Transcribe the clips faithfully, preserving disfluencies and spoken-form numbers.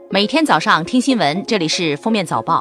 每天早上听新闻，这里是封面早报。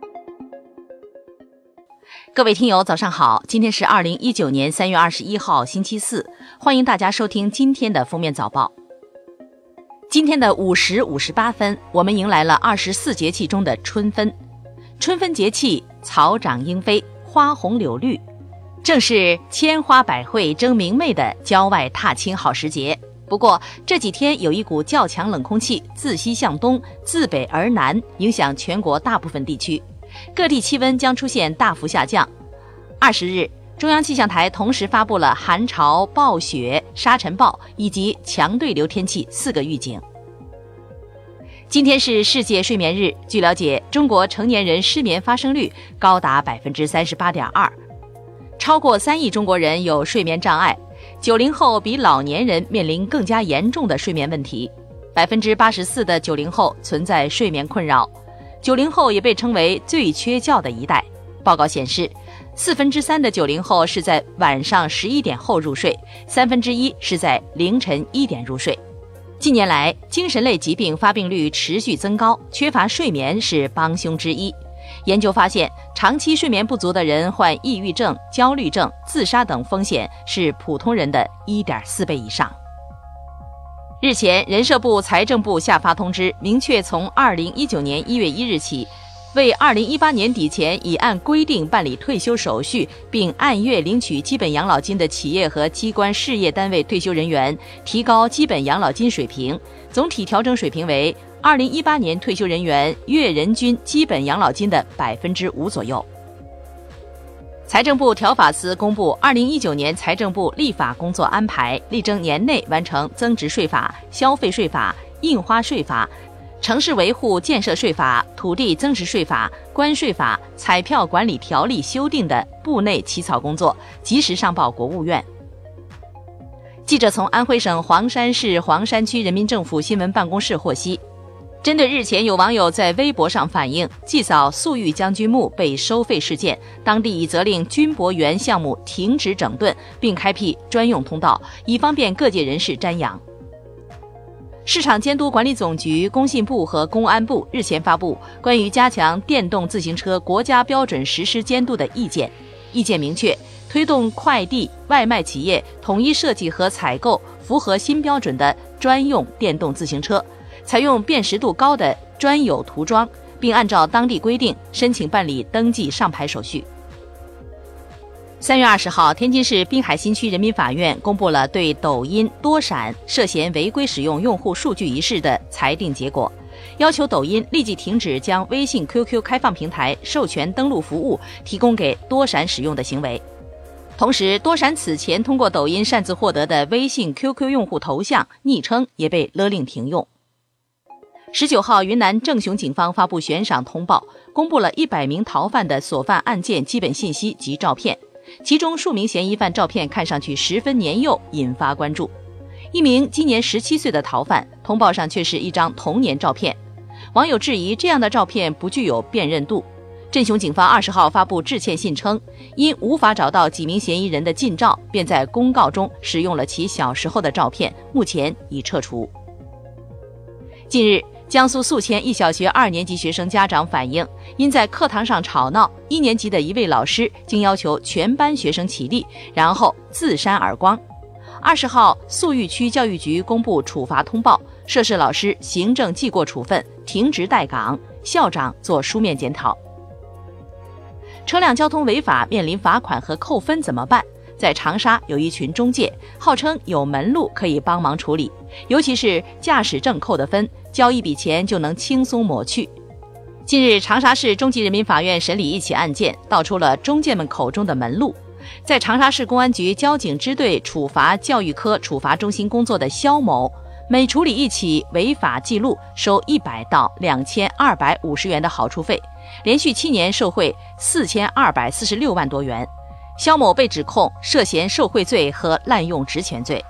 各位听友早上好，今天是二零一九年三月二十一号星期四，欢迎大家收听今天的封面早报。今天的五时五十八分，我们迎来了二十四节气中的春分。春分节气，草长莺飞，花红柳绿，正是千花百卉争明媚的郊外踏青好时节。不过这几天有一股较强冷空气自西向东，自北而南，影响全国大部分地区，各地气温将出现大幅下降。二十日，中央气象台同时发布了寒潮、暴雪、沙尘暴以及强对流天气四个预警。今天是世界睡眠日，据了解，中国成年人失眠发生率高达 百分之三十八点二， 超过三亿中国人有睡眠障碍。九零后比老年人面临更加严重的睡眠问题， 百分之八十四 的九零后存在睡眠困扰。九零后也被称为最缺觉的一代。报告显示，四分之三的九零后是在晚上十一点后入睡，三分之一是在凌晨一点入睡。近年来，精神类疾病发病率持续增高，缺乏睡眠是帮凶之一。研究发现，长期睡眠不足的人患抑郁症、焦虑症、自杀等风险是普通人的 一点四 倍以上。日前，人社部、财政部下发通知，明确从二零一九年一月一日起，为二零一八年底前已按规定办理退休手续并按月领取基本养老金的企业和机关事业单位退休人员，提高基本养老金水平，总体调整水平为二零一八年退休人员月人均基本养老金的 百分之五 左右。财政部条法司公布二零一九年财政部立法工作安排，力争年内完成增值税法、消费税法、印花税法、城市维护建设税法、土地增值税法、关税法、彩票管理条例修订的部内起草工作，及时上报国务院。记者从安徽省黄山市黄山区人民政府新闻办公室获悉，针对日前有网友在微博上反映祭扫粟裕将军墓被收费事件，当地已责令军博园项目停止整顿，并开辟专用通道，以方便各界人士瞻仰。市场监督管理总局、工信部和公安部日前发布关于加强电动自行车国家标准实施监督的意见。意见明确，推动快递、外卖企业统一设计和采购符合新标准的专用电动自行车，采用辨识度高的专有涂装，并按照当地规定申请办理登记上牌手续。三月二十号，天津市滨海新区人民法院公布了对抖音、多闪涉嫌违规使用用户数据一事的裁定结果，要求抖音立即停止将微信 Q Q 开放平台授权登录服务提供给多闪使用的行为。同时，多闪此前通过抖音擅自获得的微信 Q Q 用户头像、昵称也被勒令停用。十九号，云南正雄警方发布悬赏通报，公布了一百名逃犯的所犯案件基本信息及照片，其中数名嫌疑犯照片看上去十分年幼，引发关注。一名今年十七岁的逃犯，通报上却是一张童年照片，网友质疑这样的照片不具有辨认度。镇雄警方二十号发布致歉信称，因无法找到几名嫌疑人的近照，便在公告中使用了其小时候的照片，目前已撤除。近日，江苏宿迁一小学二年级学生家长反映，因在课堂上吵闹，一年级的一位老师竟要求全班学生起立，然后自扇耳光。二十号，宿裕区教育局公布处罚通报，涉事老师行政记过处分，停职待岗，校长做书面检讨。车辆交通违法面临罚款和扣分怎么办？在长沙有一群中介，号称有门路可以帮忙处理，尤其是驾驶证扣的分，交一笔钱就能轻松抹去。近日，长沙市中级人民法院审理一起案件，道出了中介们口中的门路。在长沙市公安局交警支队处罚教育科处罚中心工作的肖某，每处理一起违法记录收一百到两千二百五十元的好处费，连续七年受贿四千二百四十六万多元。肖某被指控涉嫌受贿罪和滥用职权罪。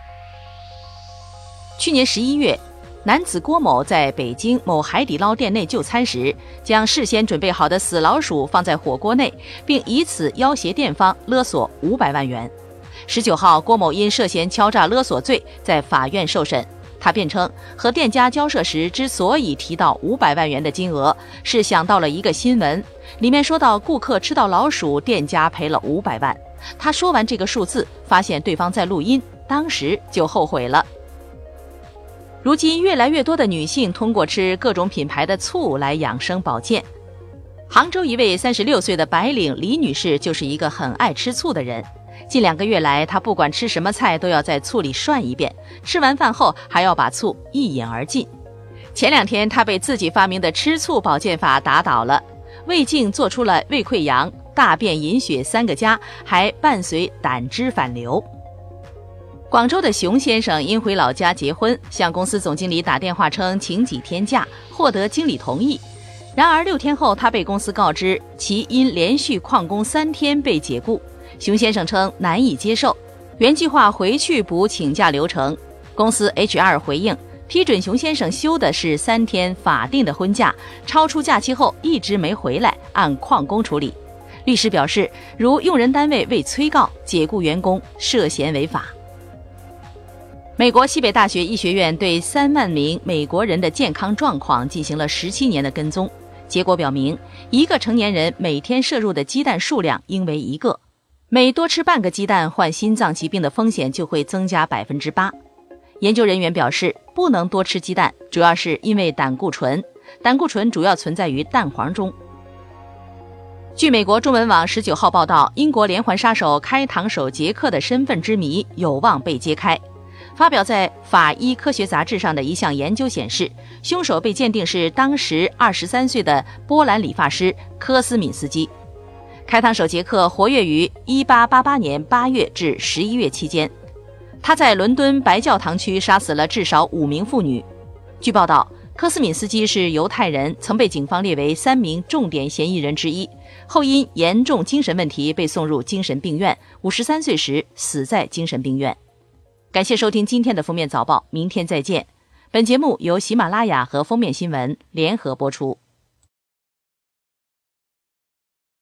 去年十一月，男子郭某在北京某海底捞店内就餐时，将事先准备好的死老鼠放在火锅内，并以此要挟店方勒索五百万元。十九号，郭某因涉嫌敲诈勒索罪在法院受审， 他辩称，和店家交涉时之所以提到五百万元的金额，是想到了一个新闻，里面说到顾客吃到老鼠，店家赔了五百万。他说完这个数字，发现对方在录音，当时就后悔了。如今越来越多的女性通过吃各种品牌的醋来养生保健。杭州一位三十六岁的白领李女士就是一个很爱吃醋的人。近两个月来，她不管吃什么菜都要在醋里涮一遍，吃完饭后还要把醋一饮而尽。前两天她被自己发明的吃醋保健法打倒了，胃镜做出了胃溃疡、大便隐血三个加，还伴随胆汁反流。广州的熊先生因回老家结婚，向公司总经理打电话称请几天假，获得经理同意。然而六天后，他被公司告知其因连续旷工三天被解雇。熊先生称难以接受，原计划回去补请假流程。公司 H R 回应，批准熊先生休的是三天法定的婚假，超出假期后一直没回来，按旷工处理。律师表示，如用人单位未催告解雇员工，涉嫌违法。美国西北大学医学院对三万名美国人的健康状况进行了十七年的跟踪，结果表明，一个成年人每天摄入的鸡蛋数量应为一个，每多吃半个鸡蛋，患心脏疾病的风险就会增加 百分之八。 研究人员表示，不能多吃鸡蛋，主要是因为胆固醇，胆固醇主要存在于蛋黄中。据美国中文网十九号报道，英国连环杀手开膛手杰克的身份之谜有望被揭开。发表在《法医科学杂志》上的一项研究显示，凶手被鉴定是当时二十三岁的波兰理发师科斯敏斯基。开膛手杰克活跃于一八八八年八月至十一月期间，他在伦敦白教堂区杀死了至少五名妇女。据报道，科斯敏斯基是犹太人，曾被警方列为三名重点嫌疑人之一，后因严重精神问题被送入精神病院，五十三岁时死在精神病院。感谢收听今天的封面早报，明天再见。本节目由喜马拉雅和封面新闻联合播出。